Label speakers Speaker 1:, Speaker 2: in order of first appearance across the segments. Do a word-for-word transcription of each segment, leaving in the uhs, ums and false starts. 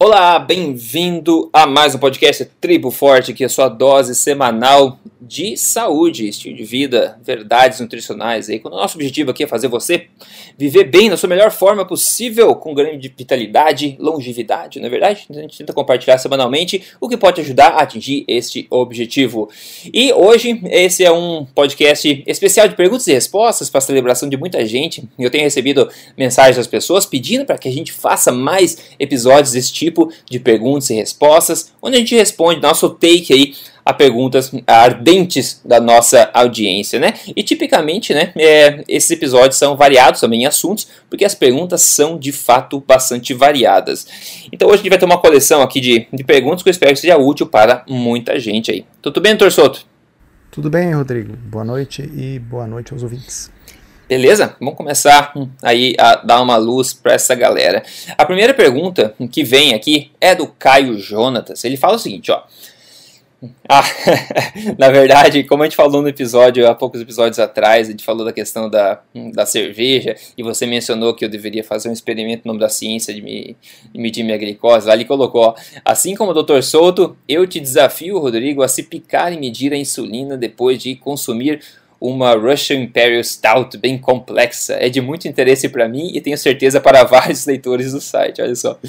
Speaker 1: Olá, bem-vindo a mais um podcast Tribo Forte, que é a sua dose semanal de saúde, estilo de vida, verdades nutricionais. Aí, quando o nosso objetivo aqui é fazer você viver bem na sua melhor forma possível, com grande vitalidade, longevidade, não é verdade? A gente tenta compartilhar semanalmente o que pode ajudar a atingir este objetivo. E hoje, esse é um podcast especial de perguntas e respostas para a celebração de muita gente. Eu tenho recebido mensagens das pessoas pedindo para que a gente faça mais episódios desse tipo de perguntas e respostas, onde a gente responde nosso take aí a perguntas ardentes da nossa audiência, né? E tipicamente, né, é, esses episódios são variados também em assuntos, porque as perguntas são de fato bastante variadas. Então hoje a gente vai ter uma coleção aqui de, de perguntas que eu espero que seja útil para muita gente aí. Tudo bem, doutor Souto?
Speaker 2: Tudo bem, Rodrigo. Boa noite e boa noite aos ouvintes.
Speaker 1: Beleza? Vamos começar aí a dar uma luz para essa galera. A primeira pergunta que vem aqui é do Caio Jonatas. Ele fala o seguinte, ó. Ah, na verdade, como a gente falou no episódio, há poucos episódios atrás, a gente falou da questão da, da cerveja, e você mencionou que eu deveria fazer um experimento no nome da ciência de, me, de medir minha glicose. Lá ele colocou, ó, assim como o doutor Souto, eu te desafio, Rodrigo, a se picar e medir a insulina depois de consumir uma Russian Imperial Stout bem complexa. É de muito interesse para mim e tenho certeza para vários leitores do site. Olha só.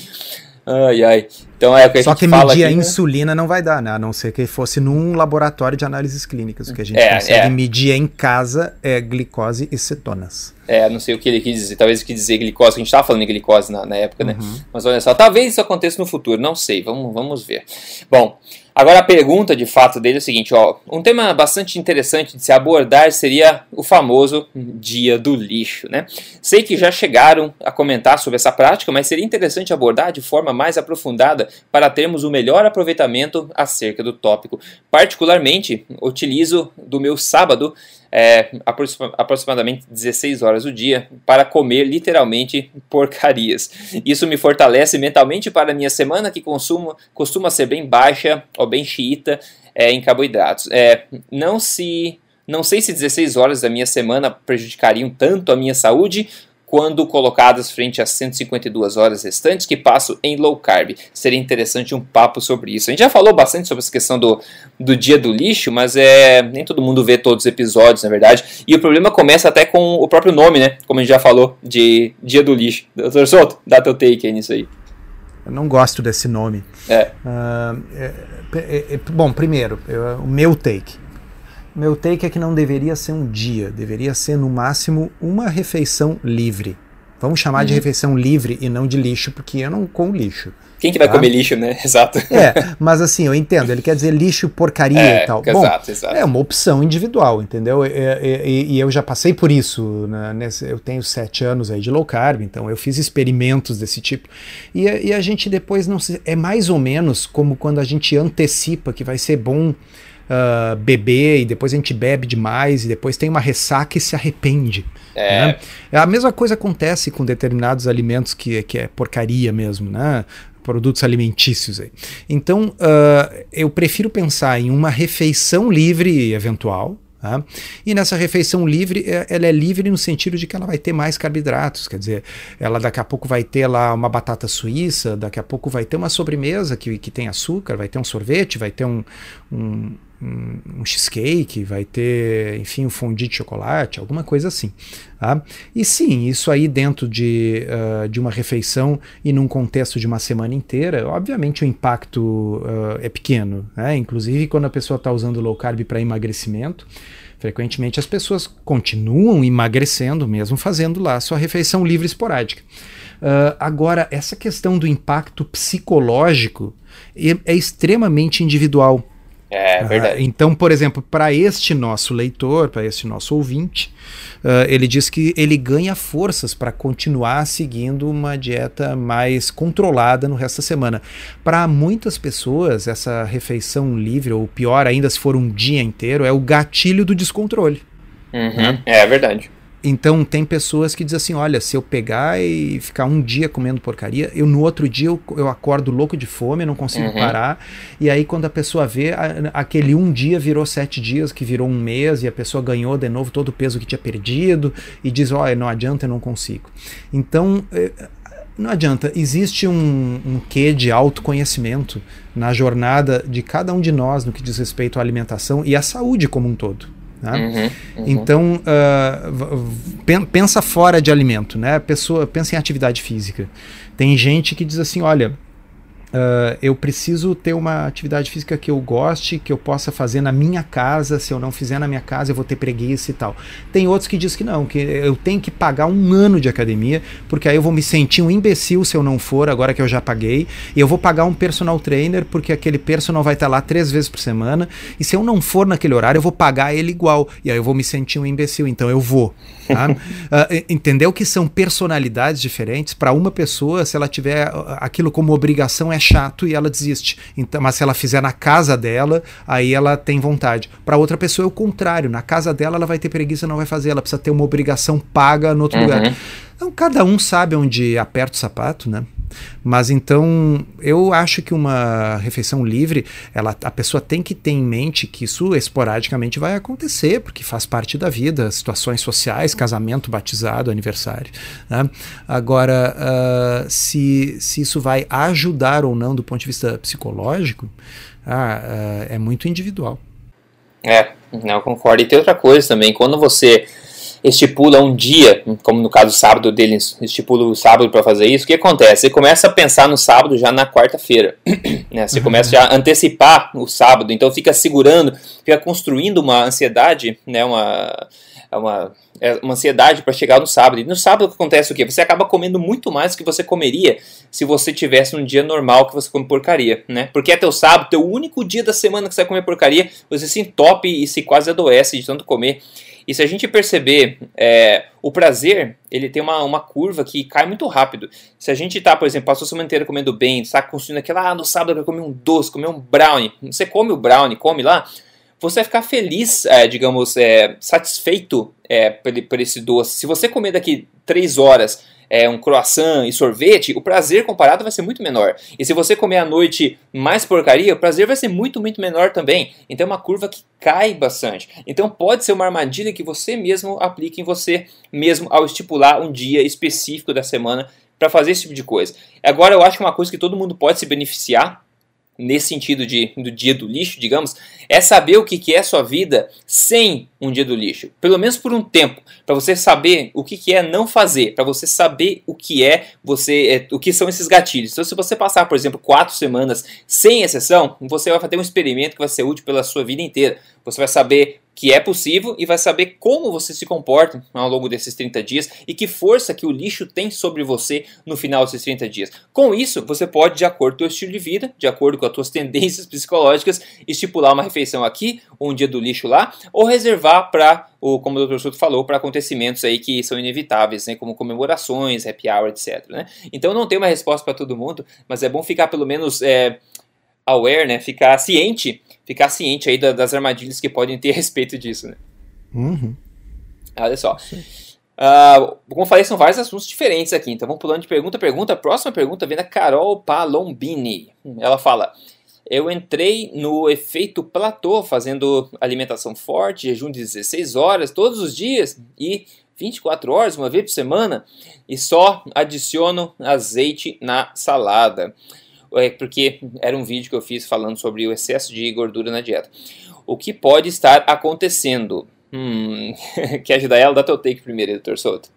Speaker 1: Ai, ai. Então é o que a
Speaker 2: Só
Speaker 1: gente
Speaker 2: que
Speaker 1: fala
Speaker 2: medir
Speaker 1: aqui,
Speaker 2: a
Speaker 1: né?
Speaker 2: insulina não vai dar, né? A não ser que fosse num laboratório de análises clínicas. O que a gente
Speaker 1: É,
Speaker 2: consegue
Speaker 1: é.
Speaker 2: medir em casa é glicose e cetonas.
Speaker 1: É, não sei o que ele quis dizer. Talvez ele quis dizer glicose, que a gente estava falando de glicose na, na época, né?
Speaker 2: Uhum.
Speaker 1: Mas olha só, talvez isso aconteça no futuro, não sei, vamos, vamos ver. Bom, agora a pergunta de fato dele é o seguinte, ó. Um tema bastante interessante de se abordar seria o famoso dia do lixo, né? Sei que já chegaram a comentar sobre essa prática, mas seria interessante abordar de forma mais aprofundada para termos o melhor aproveitamento acerca do tópico. Particularmente, utilizo do meu sábado É, aproximadamente dezesseis horas do dia para comer literalmente porcarias. Isso me fortalece mentalmente para a minha semana, que consumo, costuma ser bem baixa ou bem xiita é, em carboidratos. É, não, se, não sei se dezesseis horas da minha semana prejudicariam tanto a minha saúde quando colocadas frente às cento e cinquenta e duas horas restantes que passo em low carb. Seria interessante um papo sobre isso. A gente já falou bastante sobre essa questão do, do dia do lixo, mas é, nem todo mundo vê todos os episódios, na verdade. E o problema começa até com o próprio nome, né? Como a gente já falou, de dia do lixo. doutor Souto, dá teu take aí nisso aí.
Speaker 2: Eu não gosto desse nome.
Speaker 1: É.
Speaker 2: Uh, é, é, é bom, primeiro, eu, o meu take. Meu take é que não deveria ser um dia, deveria ser no máximo uma refeição livre. Vamos chamar uhum. de refeição livre e não de lixo, porque eu não como lixo.
Speaker 1: Quem que vai tá? comer lixo, né? Exato.
Speaker 2: É, mas assim, eu entendo, ele quer dizer lixo, porcaria
Speaker 1: é,
Speaker 2: e tal.
Speaker 1: Exato, Bom, exato.
Speaker 2: É uma opção individual, entendeu? E, e, e eu já passei por isso, né? Nesse, eu tenho sete anos aí de low carb, então eu fiz experimentos desse tipo. E, e a gente depois não se... É mais ou menos como quando a gente antecipa que vai ser bom Uh, beber e depois a gente bebe demais e depois tem uma ressaca e se arrepende.
Speaker 1: É.
Speaker 2: Né? A mesma coisa acontece com determinados alimentos que, que é porcaria mesmo, né? Produtos alimentícios aí. Então uh, eu prefiro pensar em uma refeição livre eventual. Tá? E nessa refeição livre, ela é livre no sentido de que ela vai ter mais carboidratos, quer dizer, ela daqui a pouco vai ter lá uma batata suíça, daqui a pouco vai ter uma sobremesa que, que tem açúcar, vai ter um sorvete, vai ter um, um, um, um cheesecake, vai ter, enfim, um fondue de chocolate, alguma coisa assim. Tá? E sim, isso aí dentro de, uh, de uma refeição e num contexto de uma semana inteira, obviamente o impacto uh, é pequeno, né? Inclusive quando a pessoa está usando low carb para emagrecimento, frequentemente as pessoas continuam emagrecendo mesmo fazendo lá sua refeição livre esporádica. Uh, agora, essa questão do impacto psicológico é, é extremamente individual.
Speaker 1: É verdade.
Speaker 2: Uh, então, por exemplo, para este nosso leitor, para este nosso ouvinte, uh, ele diz que ele ganha forças para continuar seguindo uma dieta mais controlada no resto da semana. Para muitas pessoas, essa refeição livre, ou pior ainda, se for um dia inteiro, é o gatilho do descontrole.
Speaker 1: Uhum, né? É verdade.
Speaker 2: Então tem pessoas que dizem assim, olha, se eu pegar e ficar um dia comendo porcaria, eu no outro dia eu, eu acordo louco de fome, eu não consigo uhum. parar, e aí quando a pessoa vê, a, aquele um dia virou sete dias, que virou um mês, e a pessoa ganhou de novo todo o peso que tinha perdido, e diz, olha, não adianta, eu não consigo. Então, não adianta, existe um, um quê de autoconhecimento na jornada de cada um de nós no que diz respeito à alimentação e à saúde como um todo. Né? Uhum, uhum. Então, uh, pensa fora de alimento, né? A pessoa pensa em atividade física. Tem gente que diz assim, olha, Uh, eu preciso ter uma atividade física que eu goste, que eu possa fazer na minha casa. Se eu não fizer na minha casa, eu vou ter preguiça e tal. Tem outros que dizem que não, que eu tenho que pagar um ano de academia, porque aí eu vou me sentir um imbecil se eu não for, agora que eu já paguei, e eu vou pagar um personal trainer, porque aquele personal vai estar lá três vezes por semana, e se eu não for naquele horário, eu vou pagar ele igual, e aí eu vou me sentir um imbecil, então eu vou. Tá? uh, entendeu que são personalidades diferentes? Para uma pessoa, se ela tiver aquilo como obrigação, é chato e ela desiste. Então, mas se ela fizer na casa dela, aí ela tem vontade. Para outra pessoa é o contrário. Na casa dela ela vai ter preguiça, não vai fazer. Ela precisa ter uma obrigação paga no outro uhum. lugar. Então cada um sabe onde aperta o sapato, né? Mas então eu acho que uma refeição livre, ela, a pessoa tem que ter em mente que isso esporadicamente vai acontecer, porque faz parte da vida, situações sociais, casamento, batizado, aniversário, né? Agora, uh, se, se isso vai ajudar ou não do ponto de vista psicológico, ah, uh, é muito individual.
Speaker 1: É, eu concordo. E tem outra coisa também, quando você estipula um dia, como no caso do sábado deles, estipula o sábado para fazer isso, o que acontece? Você começa a pensar no sábado já na quarta-feira, né? Você uhum. começa já a antecipar o sábado, então fica segurando, fica construindo uma ansiedade, né? uma, uma, uma ansiedade para chegar no sábado. E no sábado acontece o quê? Você acaba comendo muito mais do que você comeria se você tivesse um dia normal que você come porcaria, né? Porque é teu sábado, teu único dia da semana que você vai comer porcaria, você se entope e se quase adoece de tanto comer. E se a gente perceber, é, o prazer, ele tem uma, uma curva que cai muito rápido. Se a gente está, por exemplo, passou a semana inteira comendo bem, está construindo aquela, ah, no sábado eu quero comer um doce, comer um brownie. Você come o brownie, come lá, você vai ficar feliz, é, digamos, é, satisfeito é, por, por esse doce. Se você comer daqui três horas é, um croissant e sorvete, o prazer comparado vai ser muito menor. E se você comer à noite mais porcaria, o prazer vai ser muito, muito menor também. Então é uma curva que cai bastante. Então pode ser uma armadilha que você mesmo aplique em você mesmo ao estipular um dia específico da semana para fazer esse tipo de coisa. Agora eu acho que uma coisa que todo mundo pode se beneficiar nesse sentido de, do dia do lixo, digamos, é saber o que, que é a sua vida sem um dia do lixo. Pelo menos por um tempo, para você saber o que, que é não fazer, para você saber o que é você, é, o que são esses gatilhos. Então, se você passar, por exemplo, quatro semanas sem exceção, você vai fazer um experimento que vai ser útil pela sua vida inteira. Você vai saber que é possível e vai saber como você se comporta ao longo desses trinta dias e que força que o lixo tem sobre você no final desses trinta dias. Com isso, você pode, de acordo com o teu estilo de vida, de acordo com as tuas tendências psicológicas, estipular uma refeição aqui, ou um dia do lixo lá, ou reservar para, como o doutor Souto falou, para acontecimentos aí que são inevitáveis, né, como comemorações, happy hour, etcétera. Né? Então não tem uma resposta para todo mundo, mas é bom ficar pelo menos é, aware, né, ficar ciente, ficar ciente aí das armadilhas que podem ter a respeito disso, né?
Speaker 2: Uhum.
Speaker 1: Olha só. Uh, como eu falei, são vários assuntos diferentes aqui, então vamos pulando de pergunta a pergunta. A próxima pergunta vem da Carol Palombini. Ela fala: eu entrei no efeito platô, fazendo alimentação forte, jejum de dezesseis horas todos os dias e vinte e quatro horas, uma vez por semana, e só adiciono azeite na salada. É porque era um vídeo que eu fiz falando sobre o excesso de gordura na dieta. O que pode estar acontecendo? Hum, quer ajudar ela? Dá teu take primeiro, doutor Souto.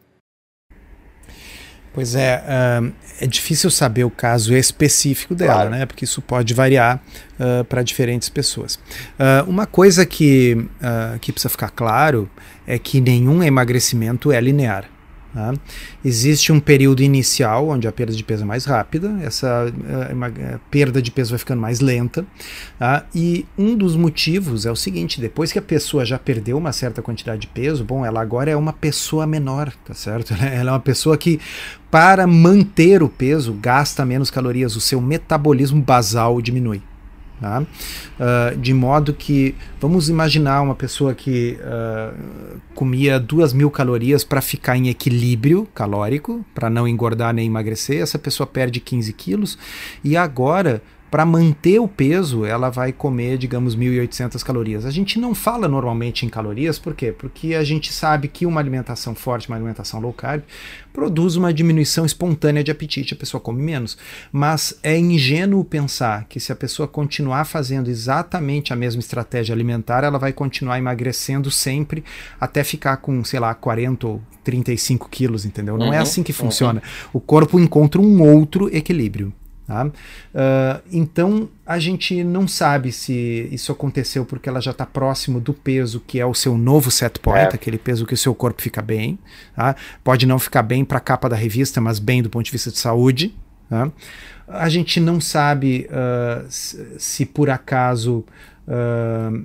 Speaker 2: Pois é, uh, é difícil saber o caso específico dela, claro, né? Porque isso pode variar uh, para diferentes pessoas. Uh, uma coisa que, uh, que precisa ficar claro é que nenhum emagrecimento é linear. Tá? Existe um período inicial onde a perda de peso é mais rápida, essa uh, perda de peso vai ficando mais lenta, tá? E um dos motivos é o seguinte: depois que a pessoa já perdeu uma certa quantidade de peso, bom, ela agora é uma pessoa menor, tá certo? Ela é uma pessoa que, para manter o peso, gasta menos calorias, o seu metabolismo basal diminui. Tá? Uh, de modo que, vamos imaginar uma pessoa que uh, comia duas mil calorias para ficar em equilíbrio calórico, para não engordar nem emagrecer. Essa pessoa perde quinze quilos e agora, para manter o peso, ela vai comer, digamos, mil e oitocentas calorias. A gente não fala normalmente em calorias, por quê? Porque a gente sabe que uma alimentação forte, uma alimentação low carb, produz uma diminuição espontânea de apetite, a pessoa come menos. Mas é ingênuo pensar que se a pessoa continuar fazendo exatamente a mesma estratégia alimentar, ela vai continuar emagrecendo sempre até ficar com, sei lá, quarenta ou trinta e cinco quilos, entendeu? Não uhum, é assim que funciona. Uhum. O corpo encontra um outro equilíbrio. Tá? Uh, então a gente não sabe se isso aconteceu porque ela já está próximo do peso que é o seu novo set point, é. aquele peso que o seu corpo fica bem. Tá? Pode não ficar bem para a capa da revista, mas bem do ponto de vista de saúde. Tá? A gente não sabe uh, se, se por acaso uh,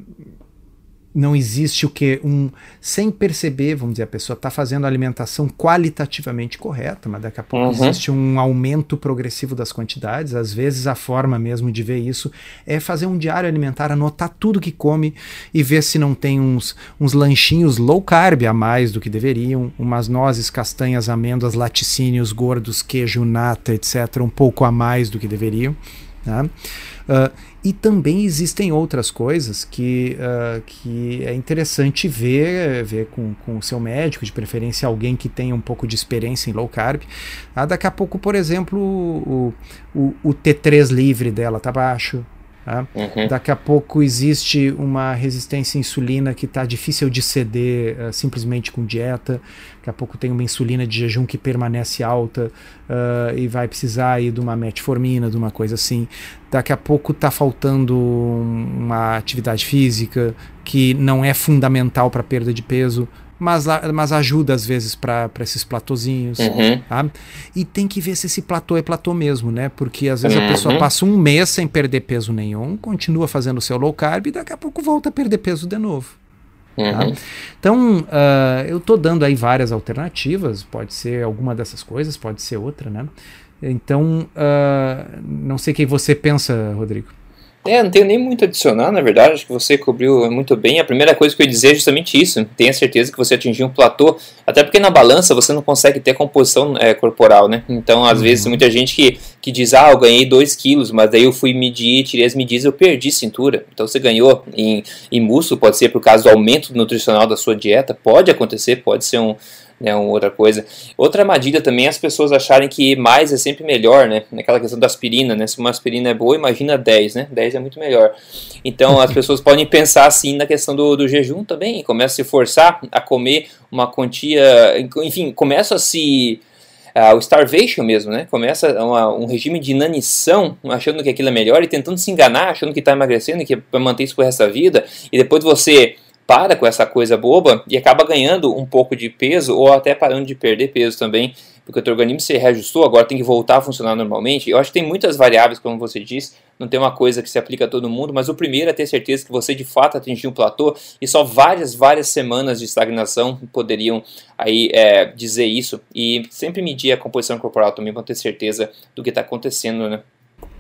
Speaker 2: não existe o que um sem perceber, vamos dizer, a pessoa está fazendo a alimentação qualitativamente correta, mas daqui a pouco uhum. existe um aumento progressivo das quantidades. Às vezes a forma mesmo de ver isso é fazer um diário alimentar, anotar tudo que come e ver se não tem uns, uns lanchinhos low carb a mais do que deveriam, umas nozes, castanhas, amêndoas, laticínios, gordos, queijo, nata, etcétera, um pouco a mais do que deveriam. Tá? Uh, e também existem outras coisas que, uh, que é interessante ver, ver com, com o seu médico, de preferência alguém que tenha um pouco de experiência em low carb. Ah, daqui a pouco, por exemplo, o, o, o T três livre dela está baixo. Tá? Uhum. Daqui a pouco existe uma resistência à insulina que está difícil de ceder uh, simplesmente com dieta. Daqui a pouco tem uma insulina de jejum que permanece alta uh, e vai precisar aí de uma metformina, de uma coisa assim. Daqui a pouco está faltando uma atividade física que não é fundamental para a perda de peso, mas, mas ajuda às vezes para esses platôzinhos. Uhum. Tá? E tem que ver se esse platô é platô mesmo, né? Porque às vezes uhum. a pessoa passa um mês sem perder peso nenhum, continua fazendo o seu low carb e daqui a pouco volta a perder peso de novo. Uhum. Tá? Então, uh, eu estou dando aí várias alternativas, pode ser alguma dessas coisas, pode ser outra, né? Então, uh, não sei o que você pensa, Rodrigo.
Speaker 1: É, não tenho nem muito a adicionar, na verdade, acho que você cobriu muito bem. A primeira coisa que eu ia dizer é justamente isso, tenha certeza que você atingiu um platô, até porque na balança você não consegue ter composição é, corporal, né? Então, às uhum. vezes, tem muita gente que, que diz, ah, eu ganhei dois quilos, mas daí eu fui medir, tirei as medidas e eu perdi cintura. Então, você ganhou em, em músculo, pode ser por causa do aumento nutricional da sua dieta, pode acontecer, pode ser um... né, uma outra coisa. Outra armadilha também é as pessoas acharem que mais é sempre melhor, né? Naquela questão da aspirina, né? Se uma aspirina é boa, imagina dez, né? dez é muito melhor. Então as pessoas podem pensar assim na questão do, do jejum também, começa a se forçar a comer uma quantia, enfim, começa a se... Uh, o starvation mesmo, né? Começa uma, um regime de inanição, achando que aquilo é melhor e tentando se enganar, achando que está emagrecendo e que vai manter isso por resto da vida, e depois você para com essa coisa boba e acaba ganhando um pouco de peso ou até parando de perder peso também, porque o teu organismo se reajustou, agora tem que voltar a funcionar normalmente. Eu acho que tem muitas variáveis, como você disse, não tem uma coisa que se aplica a todo mundo, mas o primeiro é ter certeza que você de fato atingiu um platô e só várias, várias semanas de estagnação poderiam aí é, dizer isso, e sempre medir a composição corporal também para ter certeza do que está acontecendo, né?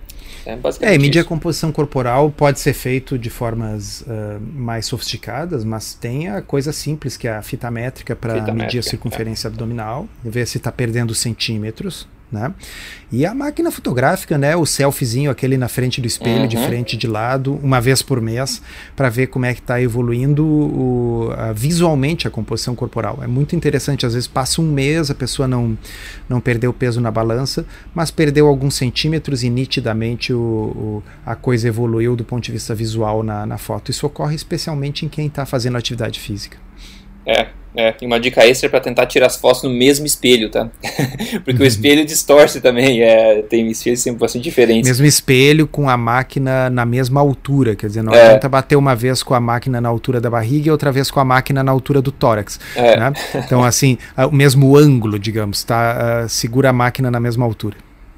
Speaker 2: É, é medir a composição corporal pode ser feito de formas uh, mais sofisticadas, mas tem a coisa simples, que é a fita métrica para medir a circunferência é. abdominal, ver se está perdendo centímetros, né? E a máquina fotográfica, né? O selfiezinho, aquele na frente do espelho, uhum. de frente e de lado, uma vez por mês, para ver como é que está evoluindo o, a, visualmente a composição corporal. É muito interessante, às vezes passa um mês, a pessoa não, não perdeu peso na balança, mas perdeu alguns centímetros e nitidamente o, o, a coisa evoluiu do ponto de vista visual na, na foto. Isso ocorre especialmente em quem está fazendo atividade física.
Speaker 1: É, é, tem uma dica extra para tentar tirar as fotos no mesmo espelho, tá? Porque uhum. o espelho distorce também, é, tem espelhos sempre bastante diferentes.
Speaker 2: Mesmo espelho com a máquina na mesma altura, quer dizer, não é. adianta bater uma vez com a máquina na altura da barriga e outra vez com a máquina na altura do tórax, é. né? Então, assim, o mesmo ângulo, digamos, tá? Uh, segura a máquina na mesma altura.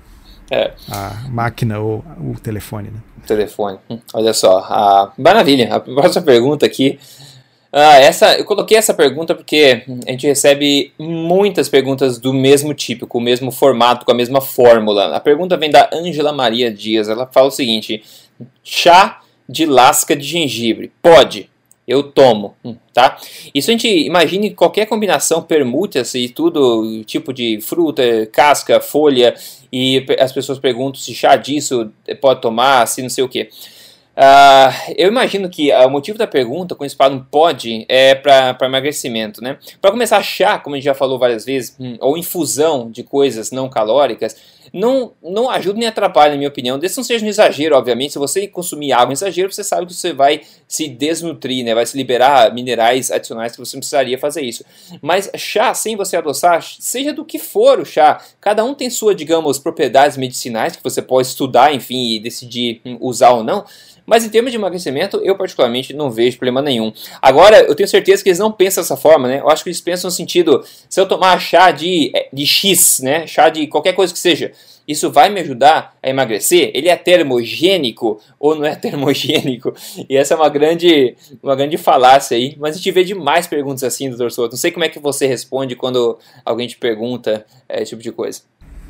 Speaker 1: É.
Speaker 2: A máquina ou o telefone, né?
Speaker 1: O telefone, hum, olha só, a... maravilha, a próxima pergunta aqui. Ah, essa, eu coloquei essa pergunta porque a gente recebe muitas perguntas do mesmo tipo, com o mesmo formato, com a mesma fórmula. A pergunta vem da Ângela Maria Dias. Ela fala o seguinte: chá de lasca de gengibre, pode? eu tomo, tá? Isso a gente imagine qualquer combinação, permuta-se e tudo, tipo de fruta, casca, folha, e as pessoas perguntam se chá disso pode tomar, se não sei o que. Uh, eu imagino que uh, o motivo da pergunta, com esse padrão pode, é para emagrecimento, né? Para começar, chá, como a gente já falou várias vezes, hum, ou infusão de coisas não calóricas, não, não ajuda nem atrapalha, na minha opinião, desde que não seja um exagero, obviamente. Se você consumir água em exagero, você sabe que você vai se desnutrir, né? Vai se liberar minerais adicionais que você não precisaria fazer isso. Mas chá, sem você adoçar, seja do que for o chá, cada um tem sua, digamos, propriedades medicinais que você pode estudar, enfim, e decidir hum, usar ou não. Mas em termos de emagrecimento, eu particularmente não vejo problema nenhum. Agora, eu tenho certeza que eles não pensam dessa forma, né? Eu acho que eles pensam no sentido, se eu tomar chá de, de X, né? Chá de qualquer coisa que seja, isso vai me ajudar a emagrecer? Ele é termogênico ou não é termogênico? E essa é uma grande, uma grande falácia aí. Mas a gente vê demais perguntas assim, doutor Souto. Não sei como é que você responde quando alguém te pergunta é, esse tipo de coisa.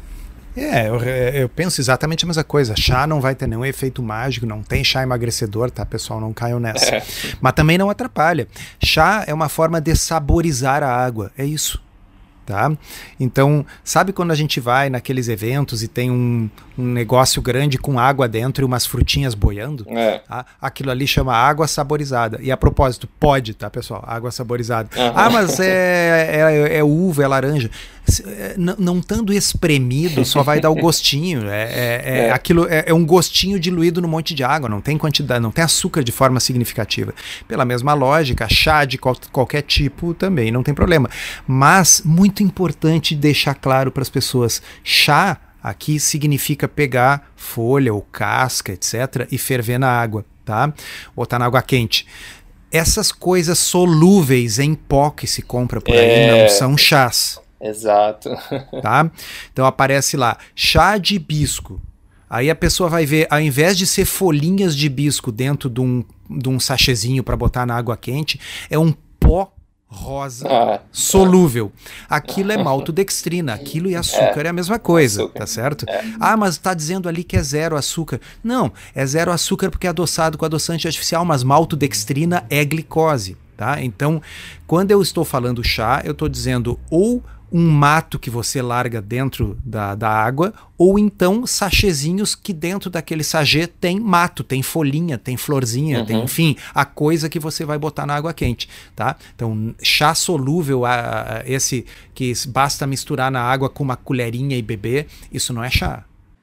Speaker 2: É, eu, eu penso exatamente a mesma coisa. Chá não vai ter nenhum efeito mágico, não tem chá emagrecedor, tá, pessoal? Não caiam nessa. É. Mas também não atrapalha. Chá é uma forma de saborizar a água, é isso. Tá? Então, sabe quando a gente vai naqueles eventos e tem um, um negócio grande com água dentro e umas frutinhas boiando? É. Tá? Aquilo ali chama água saborizada. E a propósito, pode, tá, pessoal? Água saborizada. Uhum. Ah, mas é, é, é uva, é laranja. Não, não estando espremido, só vai dar o gostinho. É, é, é, é. Aquilo é, é um gostinho diluído no monte de água. Não tem quantidade, não tem açúcar de forma significativa. Pela mesma lógica, chá de qual, qualquer tipo também não tem problema. Mas, muito importante deixar claro para as pessoas, chá aqui significa pegar folha ou casca, etcétera, e ferver na água, tá? Botar na água quente. Essas coisas solúveis em pó que se compra por aí é... não são chás.
Speaker 1: Exato.
Speaker 2: Tá? Então aparece lá, chá de hibisco. Aí a pessoa vai ver, ao invés de ser folhinhas de hibisco dentro de um, de um sachêzinho para botar na água quente, é um pó rosa ah, solúvel. Aquilo é maltodextrina, aquilo e açúcar é, é a mesma coisa, açúcar. Tá certo? É. Ah, mas está dizendo ali que é zero açúcar. Não, é zero açúcar porque é adoçado com adoçante artificial, mas maltodextrina é glicose, tá? Então, quando eu estou falando chá, eu estou dizendo ou um mato que você larga dentro da, da água, ou então sachêzinhos que dentro daquele sachê tem mato, tem folhinha, tem florzinha, uhum. tem, enfim, a coisa que você vai botar na água quente, tá? Então, chá solúvel, a, a, esse que basta misturar na água com uma colherinha e beber, isso não é chá.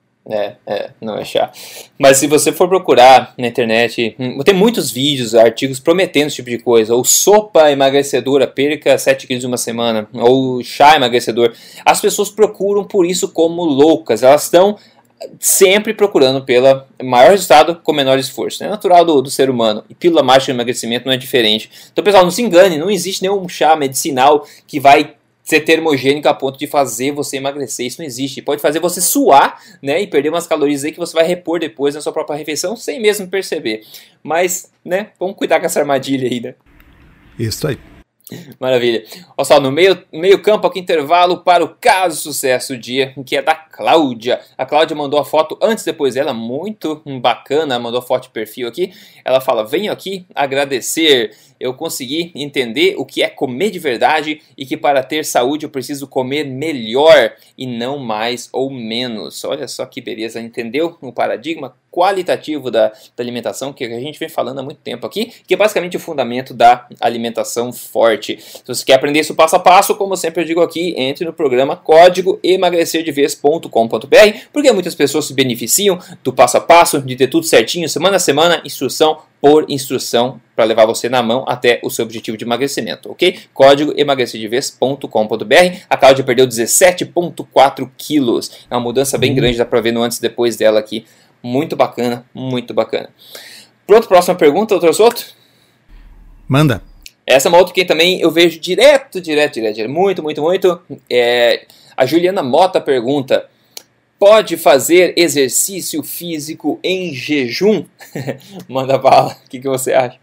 Speaker 1: É, é, não é chá. Mas se você for procurar na internet, tem muitos vídeos, artigos prometendo esse tipo de coisa. Ou sopa emagrecedora, perca sete quilos em uma semana. Ou chá emagrecedor. As pessoas procuram por isso como loucas. Elas estão sempre procurando pelo maior resultado com menor esforço. É natural do, do ser humano. E pílula mágica de emagrecimento não é diferente. Então, pessoal, não se engane. Não existe nenhum chá medicinal que vai ser termogênico a ponto de fazer você emagrecer. Isso não existe. Pode fazer você suar, né, e perder umas calorias aí que você vai repor depois na sua própria refeição sem mesmo perceber. Mas, né, vamos cuidar com essa armadilha aí, né?
Speaker 2: Isso aí.
Speaker 1: Maravilha. Olha só, no meio, meio campo aqui, intervalo para o caso sucesso do dia, que é da Cláudia. A Cláudia mandou a foto antes e depois dela, muito bacana, mandou foto de perfil aqui. Ela fala, venho aqui agradecer, eu consegui entender o que é comer de verdade e que para ter saúde eu preciso comer melhor e não mais ou menos. Olha só que beleza, entendeu o paradigma qualitativo da, da alimentação que a gente vem falando há muito tempo aqui, que é basicamente o fundamento da alimentação forte. Se você quer aprender isso passo a passo, como sempre eu digo aqui, entre no programa código emagrecer de vez ponto com ponto b r, porque muitas pessoas se beneficiam do passo a passo, de ter tudo certinho, semana a semana, instrução por instrução, para levar você na mão até o seu objetivo de emagrecimento, ok? Código emagrecer de vez ponto com ponto b r. A Cláudia perdeu dezessete vírgula quatro quilos. É uma mudança bem grande, dá para ver no antes e depois dela aqui. Muito bacana, muito bacana. Pronto, próxima pergunta, doutor Souto?
Speaker 2: Manda.
Speaker 1: Essa é uma outra que também eu vejo direto, direto, direto, direto muito, muito, muito. É, a Juliana Mota pergunta, pode fazer exercício físico em jejum? Manda bala, o que, que você acha?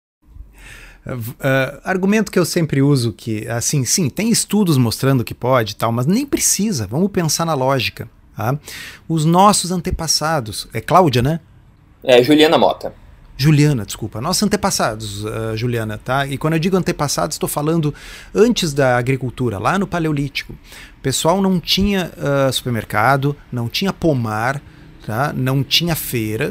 Speaker 2: Uh, uh, argumento que eu sempre uso, que assim, sim, tem estudos mostrando que pode e tal, mas nem precisa, vamos pensar na lógica. Tá? Os nossos antepassados, é Cláudia, né?
Speaker 1: É, Juliana Mota.
Speaker 2: Juliana, desculpa, nossos antepassados, uh, Juliana, tá? E quando eu digo antepassados, estou falando antes da agricultura, lá no Paleolítico. O pessoal não tinha uh, supermercado, não tinha pomar, tá? Não tinha feira,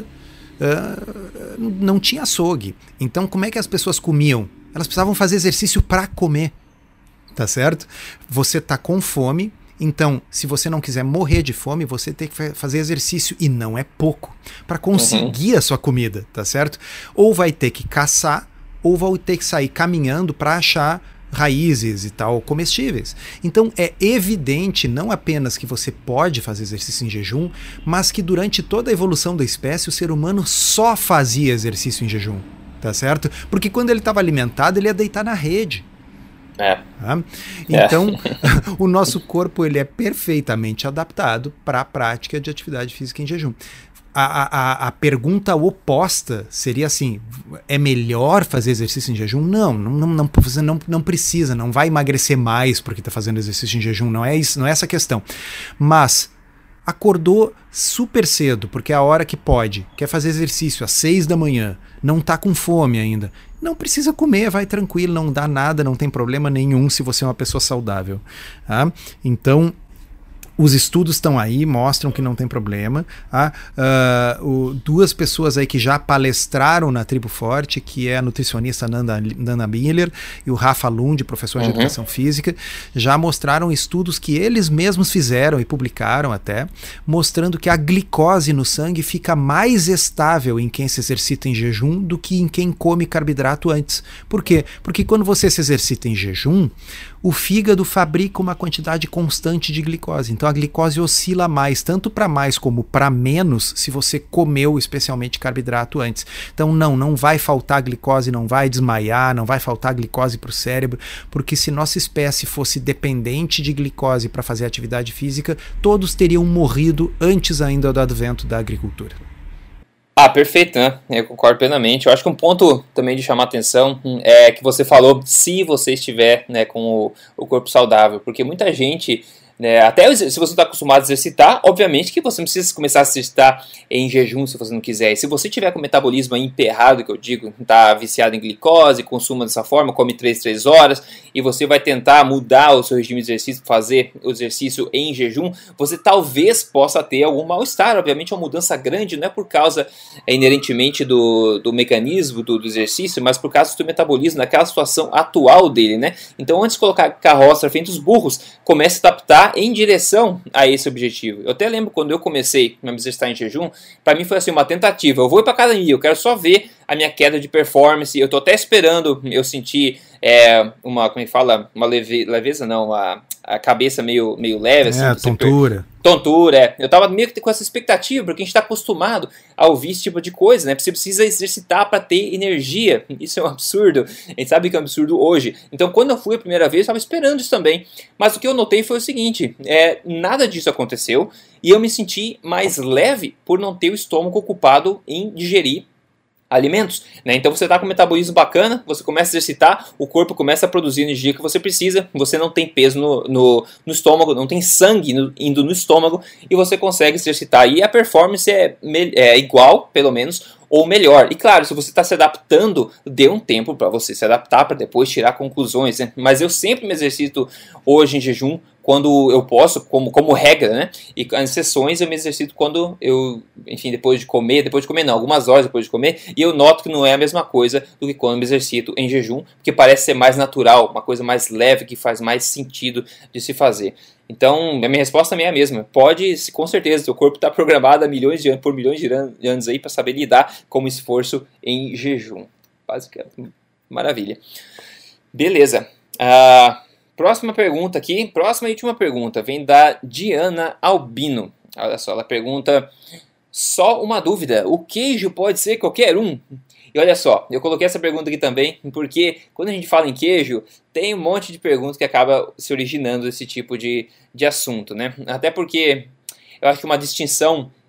Speaker 2: uh, não tinha açougue. Então, como é que as pessoas comiam? Elas precisavam fazer exercício para comer, tá certo? Você tá com fome. Então, se você não quiser morrer de fome, você tem que fazer exercício, e não é pouco, para conseguir uhum. a sua comida, tá certo? Ou vai ter que caçar, ou vai ter que sair caminhando para achar raízes e tal, comestíveis. Então, é evidente não apenas que você pode fazer exercício em jejum, mas que durante toda a evolução da espécie, o ser humano só fazia exercício em jejum, tá certo? Porque quando ele estava alimentado, ele ia deitar na rede.
Speaker 1: É.
Speaker 2: Tá? Então, é. o nosso corpo ele é perfeitamente adaptado para a prática de atividade física em jejum. A, a, a pergunta oposta seria assim: é melhor fazer exercício em jejum? Não, não, não, não, você não, não precisa, não vai emagrecer mais porque está fazendo exercício em jejum, não é isso, não é essa a questão. Mas acordou super cedo, porque é a hora que pode, quer fazer exercício às seis da manhã, não está com fome ainda. Não precisa comer, vai tranquilo, não dá nada, não tem problema nenhum se você é uma pessoa saudável. Tá? Então, os estudos estão aí, mostram que não tem problema. Tá? Uh, o, duas pessoas aí que já palestraram na Tribo Forte, que é a nutricionista Nanda, Nanda Miller e o Rafa Lund, professor de uhum. educação física, já mostraram estudos que eles mesmos fizeram e publicaram até, mostrando que a glicose no sangue fica mais estável em quem se exercita em jejum do que em quem come carboidrato antes. Por quê? Porque quando você se exercita em jejum, o fígado fabrica uma quantidade constante de glicose. Então a glicose oscila mais, tanto para mais como para menos, se você comeu especialmente carboidrato antes. Então não, não vai faltar glicose, não vai desmaiar, não vai faltar glicose para o cérebro, porque se nossa espécie fosse dependente de glicose para fazer atividade física, todos teriam morrido antes ainda do advento da agricultura.
Speaker 1: Ah, perfeito, né? Eu concordo plenamente. Eu acho que um ponto também de chamar atenção é que você falou se você estiver, né, com o, o corpo saudável, porque muita gente, né, até se você está acostumado a exercitar, obviamente que você não precisa começar a exercitar em jejum se você não quiser. E se você tiver com o metabolismo aí emperrado, que eu digo, está viciado em glicose, consuma dessa forma, come três, três horas, e você vai tentar mudar o seu regime de exercício, fazer o exercício em jejum, você talvez possa ter algum mal-estar. Obviamente é uma mudança grande, não é por causa é, inerentemente do, do mecanismo do, do exercício, mas por causa do seu metabolismo, naquela situação atual dele, né? Então antes de colocar carroça à frente dos burros, comece a adaptar em direção a esse objetivo. Eu até lembro quando eu comecei a me exercitar em jejum, para mim foi assim uma tentativa. Eu vou ir para academia, eu quero só ver a minha queda de performance. Eu estou até esperando eu sentir é, uma, como é que fala, uma leve, leveza, não, a, a cabeça meio, meio leve, assim,
Speaker 2: é, tontura.
Speaker 1: Per... Tontura, é. Eu tava meio que com essa expectativa, porque a gente está acostumado a ouvir esse tipo de coisa, né? Você precisa exercitar para ter energia. Isso é um absurdo. A gente sabe que é um absurdo hoje. Então, quando eu fui a primeira vez, eu estava esperando isso também. Mas o que eu notei foi o seguinte: é, nada disso aconteceu e eu me senti mais leve por não ter o estômago ocupado em digerir alimentos, né? Então você está com um metabolismo bacana, você começa a exercitar, o corpo começa a produzir a energia que você precisa, você não tem peso no, no, no estômago, não tem sangue no, indo no estômago, e você consegue se exercitar. E a performance é, é igual, pelo menos, ou melhor. E claro, se você está se adaptando, dê um tempo para você se adaptar, para depois tirar conclusões, né? Mas eu sempre me exercito hoje em jejum, quando eu posso, como, como regra, né? E as sessões eu me exercito quando eu, enfim, depois de comer, depois de comer não, algumas horas depois de comer, e eu noto que não é a mesma coisa do que quando eu me exercito em jejum, porque parece ser mais natural, uma coisa mais leve, que faz mais sentido de se fazer. Então, a minha resposta também é a mesma. Pode, com certeza, seu corpo está programado há milhões de anos, por milhões de anos aí para saber lidar com o esforço em jejum. Basicamente, maravilha. Beleza. Ah... Uh, Próxima pergunta aqui, próxima e última pergunta, vem da Diana Albino. Olha só, ela pergunta: só uma dúvida, o queijo pode ser qualquer um? E olha só, eu coloquei essa pergunta aqui também, porque quando a gente fala em queijo, tem um monte de perguntas que acaba se originando esse tipo de, de assunto, né? Até porque eu acho que uma distinção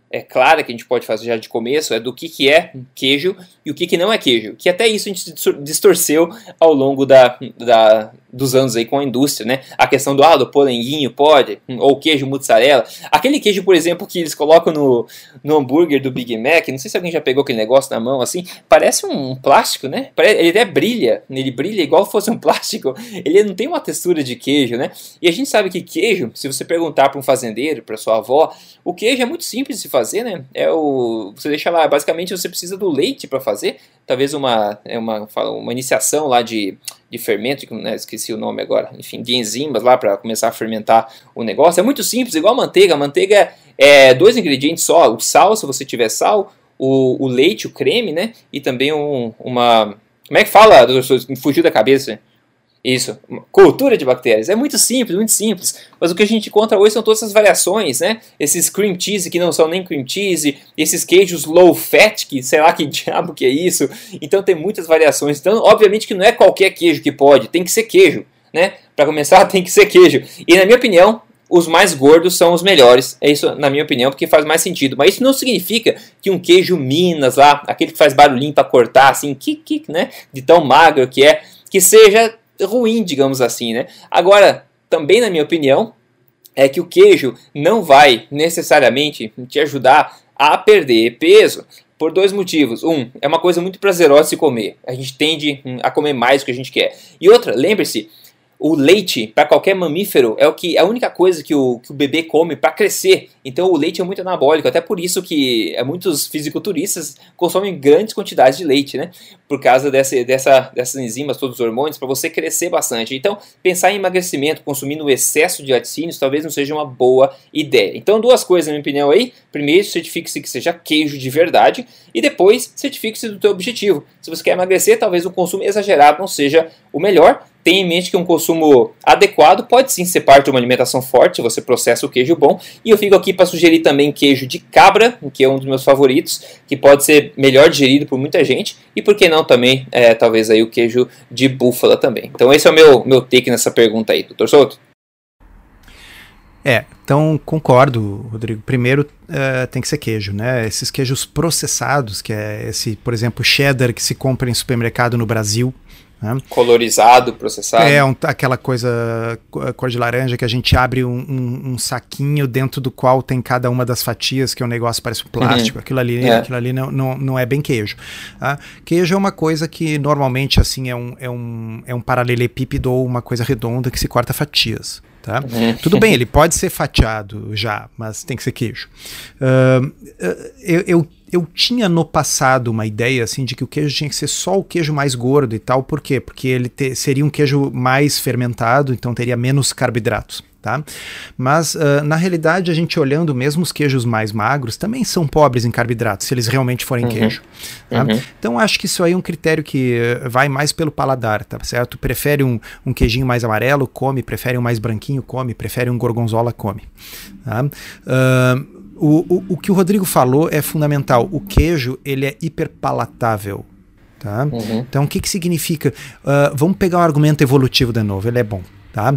Speaker 1: é, clara que a gente pode fazer já de começo é do que, que é queijo e o que, que não é queijo. Que até isso a gente distorceu ao longo da, da, dos anos aí com a indústria, né? A questão do, ah, do polenguinho pode, ou queijo mussarela. Aquele queijo, por exemplo, que eles colocam no, no hambúrguer do Big Mac, não sei se alguém já pegou aquele negócio na mão assim, parece um plástico, né? Ele até brilha, ele brilha igual fosse um plástico, ele não tem uma textura de queijo, né? E a gente sabe que queijo, se você perguntar para um fazendeiro, para sua avó, o queijo é muito simples de se fazer, né? É o, você deixa lá, basicamente você precisa do leite para fazer, talvez uma, é uma, uma iniciação lá de, de fermento, né? Esqueci o nome agora, enfim, de enzimas lá para começar a fermentar o negócio. É muito simples, igual a manteiga. A manteiga é dois ingredientes só, o sal, se você tiver sal, o, o leite, o creme, né? E também um, uma... Como é que fala, doutor? Me fugiu da cabeça. Isso, cultura de bactérias. É muito simples, muito simples. Mas o que a gente encontra hoje são todas essas variações, né? Esses cream cheese que não são nem cream cheese, esses queijos low fat, que sei lá que diabo que é isso. Então tem muitas variações. Então, obviamente que não é qualquer queijo que pode, tem que ser queijo, né? Para começar, tem que ser queijo. E na minha opinião, os mais gordos são os melhores. É isso, na minha opinião, porque faz mais sentido. Mas isso não significa que um queijo Minas lá, aquele que faz barulhinho para cortar, assim, kik, kik, né? De tão magro que é, que seja ruim, digamos assim, né? Agora, também na minha opinião, é que o queijo não vai necessariamente te ajudar a perder peso por dois motivos. Um, é uma coisa muito prazerosa de se comer. A gente tende a comer mais do que a gente quer. E outra, lembre-se, o leite, para qualquer mamífero, é o que, a única coisa que o, que o bebê come para crescer. Então o leite é muito anabólico, até por isso que muitos fisiculturistas consomem grandes quantidades de leite, né? Por causa dessa, dessa, dessas enzimas, todos os hormônios, para você crescer bastante. Então, pensar em emagrecimento consumindo o excesso de laticínios talvez não seja uma boa ideia. Então, duas coisas, na minha opinião, aí. Primeiro, certifique-se que seja queijo de verdade. E depois, certifique-se do teu objetivo. Se você quer emagrecer, talvez o consumo exagerado não seja o melhor. Tenha em mente que um consumo adequado pode sim ser parte de uma alimentação forte, você processa o queijo bom. E eu fico aqui para sugerir também queijo de cabra, que é um dos meus favoritos, que pode ser melhor digerido por muita gente. E por que não também, é, talvez aí o queijo de búfala também. Então esse é o meu, meu take nessa pergunta aí, doutor Souto.
Speaker 2: É, então concordo, Rodrigo. Primeiro uh, tem que ser queijo, né? Esses queijos processados, que é esse, por exemplo, cheddar que se compra em supermercado no Brasil, né?
Speaker 1: Colorizado, processado.
Speaker 2: É, um, aquela coisa cor de laranja que a gente abre um, um, um saquinho dentro do qual tem cada uma das fatias, que é um negócio parece um plástico. Uhum. Aquilo ali, é. aquilo ali não, não, não é bem queijo. Tá? Queijo é uma coisa que normalmente assim, é, um, é, um, é um paralelepípedo ou uma coisa redonda que se corta fatias. Tá? Uhum. Tudo bem, ele pode ser fatiado já, mas tem que ser queijo. Uh, eu, eu Eu tinha no passado uma ideia assim de que o queijo tinha que ser só o queijo mais gordo e tal. Por quê? Porque ele te, seria um queijo mais fermentado, então teria menos carboidratos. Tá? Mas uh, na realidade a gente olhando mesmo os queijos mais magros também são pobres em carboidratos, se eles realmente forem uhum. queijo. Tá? Uhum. Então acho que isso aí é um critério que uh, vai mais pelo paladar, tá certo? Prefere um, um queijinho mais amarelo, come. Prefere um mais branquinho, come. Prefere um gorgonzola, come. Tá? Uh, O, o, o que o Rodrigo falou é fundamental. O queijo, ele é hiperpalatável. Tá? Uhum. Então, o que, que significa? Uh, vamos pegar um argumento evolutivo de novo, ele é bom. Tá?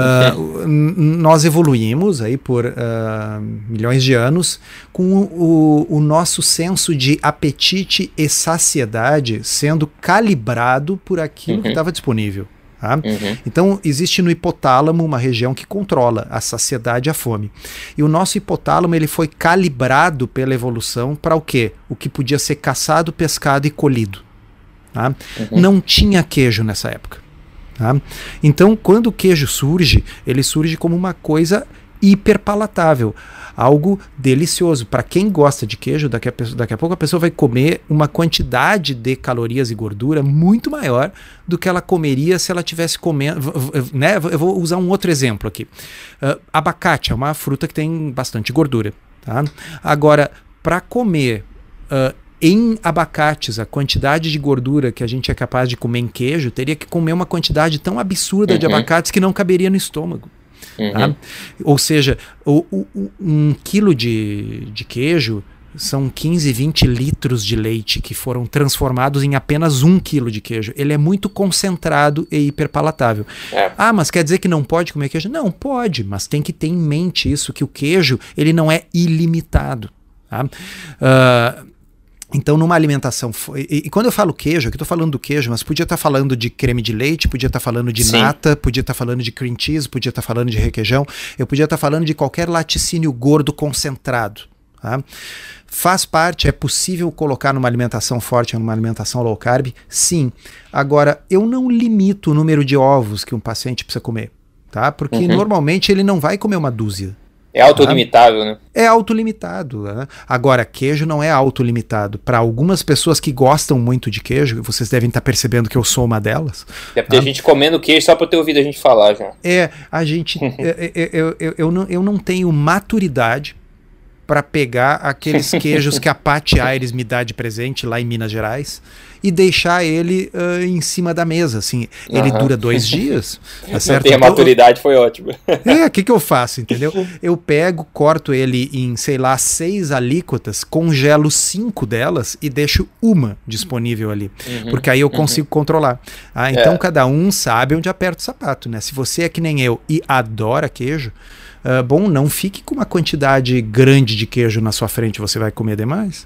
Speaker 2: Uh, uhum. Nós evoluímos aí por uh, milhões de anos com o, o nosso senso de apetite e saciedade sendo calibrado por aquilo uhum. que estava disponível. Tá? Uhum. Então existe no hipotálamo uma região que controla a saciedade e a fome, e o nosso hipotálamo ele foi calibrado pela evolução para o quê? O que podia ser caçado, pescado e colhido. Tá? Uhum. Não tinha queijo nessa época. Tá? Então quando o queijo surge, ele surge como uma coisa hiperpalatável, algo delicioso. Para quem gosta de queijo, daqui a, daqui a pouco a pessoa vai comer uma quantidade de calorias e gordura muito maior do que ela comeria se ela tivesse comendo, né? Eu vou usar um outro exemplo aqui. Uh, abacate é uma fruta que tem bastante gordura. Tá? Agora, para comer uh, em abacates a quantidade de gordura que a gente é capaz de comer em queijo, teria que comer uma quantidade tão absurda uhum. de abacates que não caberia no estômago. Uhum. Tá? Ou seja, o, o, um quilo de, de queijo são quinze, vinte litros de leite que foram transformados em apenas um quilo de queijo. Ele é muito concentrado e hiperpalatável. É. Ah, mas quer dizer que não pode comer queijo? Não, pode, mas tem que ter em mente isso, que o queijo ele não é ilimitado. Tá? Uh, Então, numa alimentação... E, e quando eu falo queijo, aqui eu estou falando do queijo, mas podia estar falando de creme de leite, podia estar falando de
Speaker 1: Sim.
Speaker 2: nata, podia estar falando de cream cheese, podia estar falando de requeijão, eu podia estar falando de qualquer laticínio gordo concentrado. Tá? Faz parte, é possível colocar numa alimentação forte, numa alimentação low carb? Sim. Agora, eu não limito o número de ovos que um paciente precisa comer, tá? Porque uhum. normalmente ele não vai comer uma dúzia.
Speaker 1: É autolimitável, né?
Speaker 2: É autolimitado. Né? Agora, queijo não é autolimitado. Para algumas pessoas que gostam muito de queijo, vocês devem estar percebendo que eu sou uma delas.
Speaker 1: Deve ter tá? gente comendo queijo só para ter ouvido a gente falar já.
Speaker 2: É, a gente... eu, eu, eu, eu, não, eu não tenho maturidade para pegar aqueles queijos que a Patti Aires me dá de presente lá em Minas Gerais e deixar ele uh, em cima da mesa, assim, ele uhum. dura dois dias, tá certo?
Speaker 1: Não tem a maturidade, foi ótimo.
Speaker 2: É, o que que eu faço, entendeu? Eu pego, corto ele em, sei lá, seis alíquotas, congelo cinco delas e deixo uma disponível ali, uhum. porque aí eu consigo uhum. controlar. Ah, então é. cada um sabe onde aperta o sapato, né? Se você é que nem eu e adora queijo, Uh, bom, não fique com uma quantidade grande de queijo na sua frente, você vai comer demais.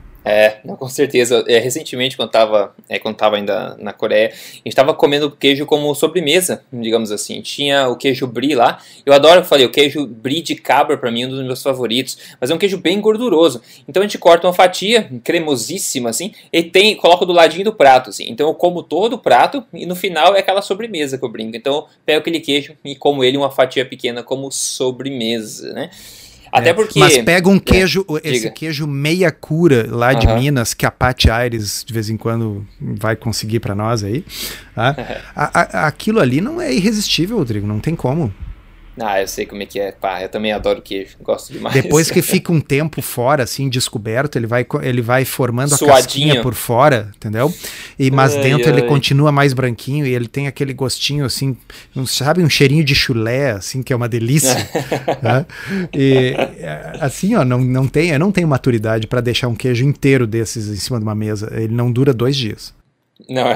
Speaker 1: É, não, com certeza. É, recentemente, quando estava é, quando tava ainda na Coreia, a gente estava comendo queijo como sobremesa, digamos assim. Tinha o queijo brie lá. Eu adoro, eu falei, o queijo brie de cabra para mim é um dos meus favoritos. Mas é um queijo bem gorduroso. Então a gente corta uma fatia cremosíssima, assim, e tem, coloca do ladinho do prato, assim. Então eu como todo o prato e no final é aquela sobremesa que eu brinco. Então eu pego aquele queijo e como ele uma fatia pequena como sobremesa, né? Até porque...
Speaker 2: Mas pega um queijo, é, esse
Speaker 1: diga.
Speaker 2: queijo meia cura lá de
Speaker 1: uhum.
Speaker 2: Minas, que a Patti Aires de vez em quando vai conseguir para nós aí. Tá? a, a, aquilo ali não é irresistível, Rodrigo, não tem como.
Speaker 1: Ah, eu sei como é que é. Pá, eu também adoro queijo, gosto demais.
Speaker 2: Depois que fica um tempo fora, assim, descoberto, ele vai, ele vai formando
Speaker 1: Suadinho.
Speaker 2: a casquinha por fora, entendeu? E, mas ai, dentro ai. ele continua mais branquinho e ele tem aquele gostinho, assim, um, sabe, um cheirinho de chulé, assim, que é uma delícia. Né? E, assim, ó, não, não tem, eu não tenho maturidade para deixar um queijo inteiro desses em cima de uma mesa. Ele não dura dois dias.
Speaker 1: Não,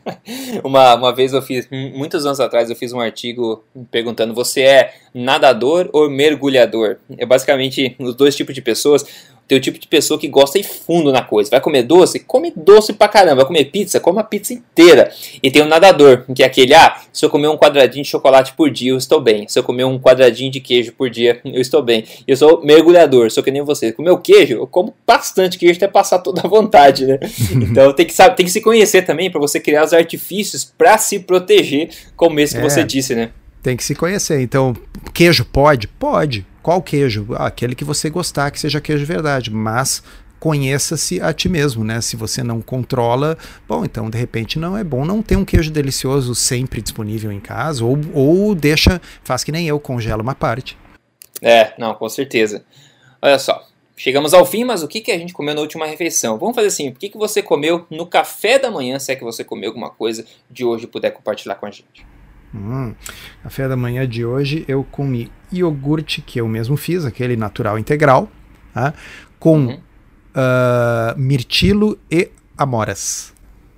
Speaker 1: uma, uma vez eu fiz, muitos anos atrás eu fiz um artigo perguntando, você é nadador ou mergulhador? É basicamente os dois tipos de pessoas. Tem o tipo de pessoa que gosta de ir fundo na coisa. Vai comer doce? Come doce pra caramba. Vai comer pizza? Come a pizza inteira. E tem o nadador, que é aquele, ah, se eu comer um quadradinho de chocolate por dia, eu estou bem. Se eu comer um quadradinho de queijo por dia, eu estou bem. Eu sou mergulhador, sou que nem você. Comer o queijo, eu como bastante queijo até passar toda a vontade, né? Então tem que, saber, tem que se conhecer também para você criar os artifícios para se proteger, como esse que é, você disse, né?
Speaker 2: Tem que se conhecer. Então, queijo pode? Pode. Qual queijo? Ah, aquele que você gostar, que seja queijo de verdade, mas conheça-se a ti mesmo, né? Se você não controla, bom, então de repente não é bom não ter um queijo delicioso sempre disponível em casa, ou, ou deixa, faz que nem eu, congela uma parte.
Speaker 1: É, não, com certeza. Olha só, chegamos ao fim, mas o que, que a gente comeu na última refeição? Vamos fazer assim, o que, que você comeu no café da manhã, se é que você comeu alguma coisa de hoje e puder compartilhar com a gente.
Speaker 2: Hum, café da manhã de hoje eu comi iogurte, que eu mesmo fiz, aquele natural integral, tá? Com uhum. uh, mirtilo e amoras.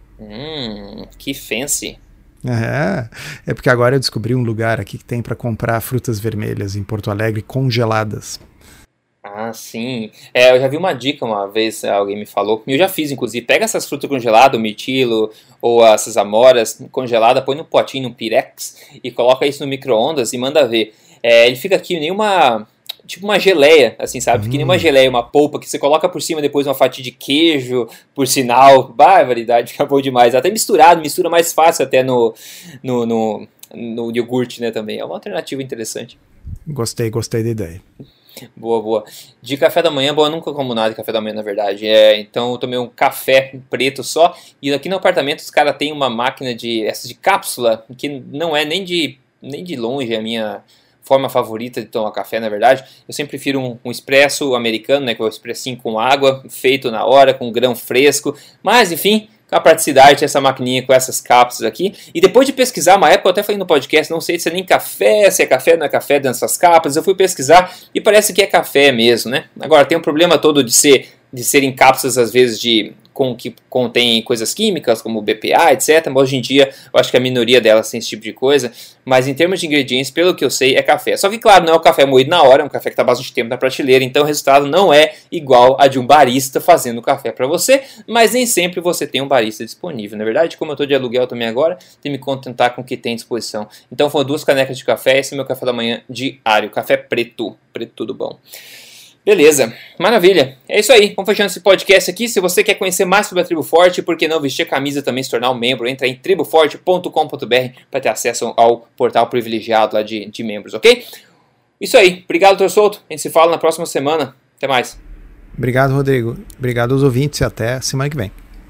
Speaker 1: Hum, que fancy.
Speaker 2: É, é porque agora eu descobri um lugar aqui que tem para comprar frutas vermelhas em Porto Alegre congeladas.
Speaker 1: Ah, sim. É, eu já vi uma dica uma vez, alguém me falou, e eu já fiz, inclusive, pega essas frutas congeladas, o mirtilo ou essas amoras congeladas, põe no potinho, no pirex, e coloca isso no micro-ondas e manda ver. É, ele fica aqui nem uma, tipo uma geleia, assim, sabe? Fica hum. nem uma geleia, uma polpa, que você coloca por cima depois uma fatia de queijo, por sinal, barbaridade, acabou demais. Até misturado, mistura mais fácil até no, no, no, no iogurte, né, também. É uma alternativa interessante.
Speaker 2: Gostei, gostei da ideia.
Speaker 1: Boa, boa. De café da manhã, bom, eu nunca como nada de café da manhã, na verdade. É, então eu tomei um café preto só. E aqui no apartamento os caras têm uma máquina de, essa de cápsula, que não é nem de, nem de longe a minha forma favorita de tomar café, na verdade. Eu sempre prefiro um, um expresso americano, né, que é o expressinho com água, feito na hora, com grão fresco. Mas, enfim, a praticidade, essa maquininha com essas cápsulas aqui. E depois de pesquisar, uma época eu até falei no podcast, não sei se é nem café, se é café, não é café dentro dessas cápsulas. Eu fui pesquisar e parece que é café mesmo, né? Agora, tem um problema todo de ser de serem cápsulas, às vezes, de com, que contém coisas químicas, como B P A, etcétera. Mas hoje em dia, eu acho que a minoria delas tem esse tipo de coisa. Mas em termos de ingredientes, pelo que eu sei, é café. Só que, claro, não é o café moído na hora, é um café que está bastante tempo na prateleira, então o resultado não é igual a de um barista fazendo café para você, mas nem sempre você tem um barista disponível. Na verdade, como eu estou de aluguel também agora, tenho que me contentar com o que tem à disposição. Então foram duas canecas de café, esse é meu café da manhã diário, café preto, preto tudo bom. Beleza, maravilha. É isso aí, vamos fechando esse podcast aqui. Se você quer conhecer mais sobre a Tribo Forte, por que não vestir a camisa também, se tornar um membro, entra em tribo forte ponto com ponto b r para ter acesso ao portal privilegiado lá de, de membros, ok? Isso aí, obrigado, doutor Souto. A gente se fala na próxima semana. Até mais.
Speaker 2: Obrigado, Rodrigo. Obrigado aos ouvintes e até semana que vem.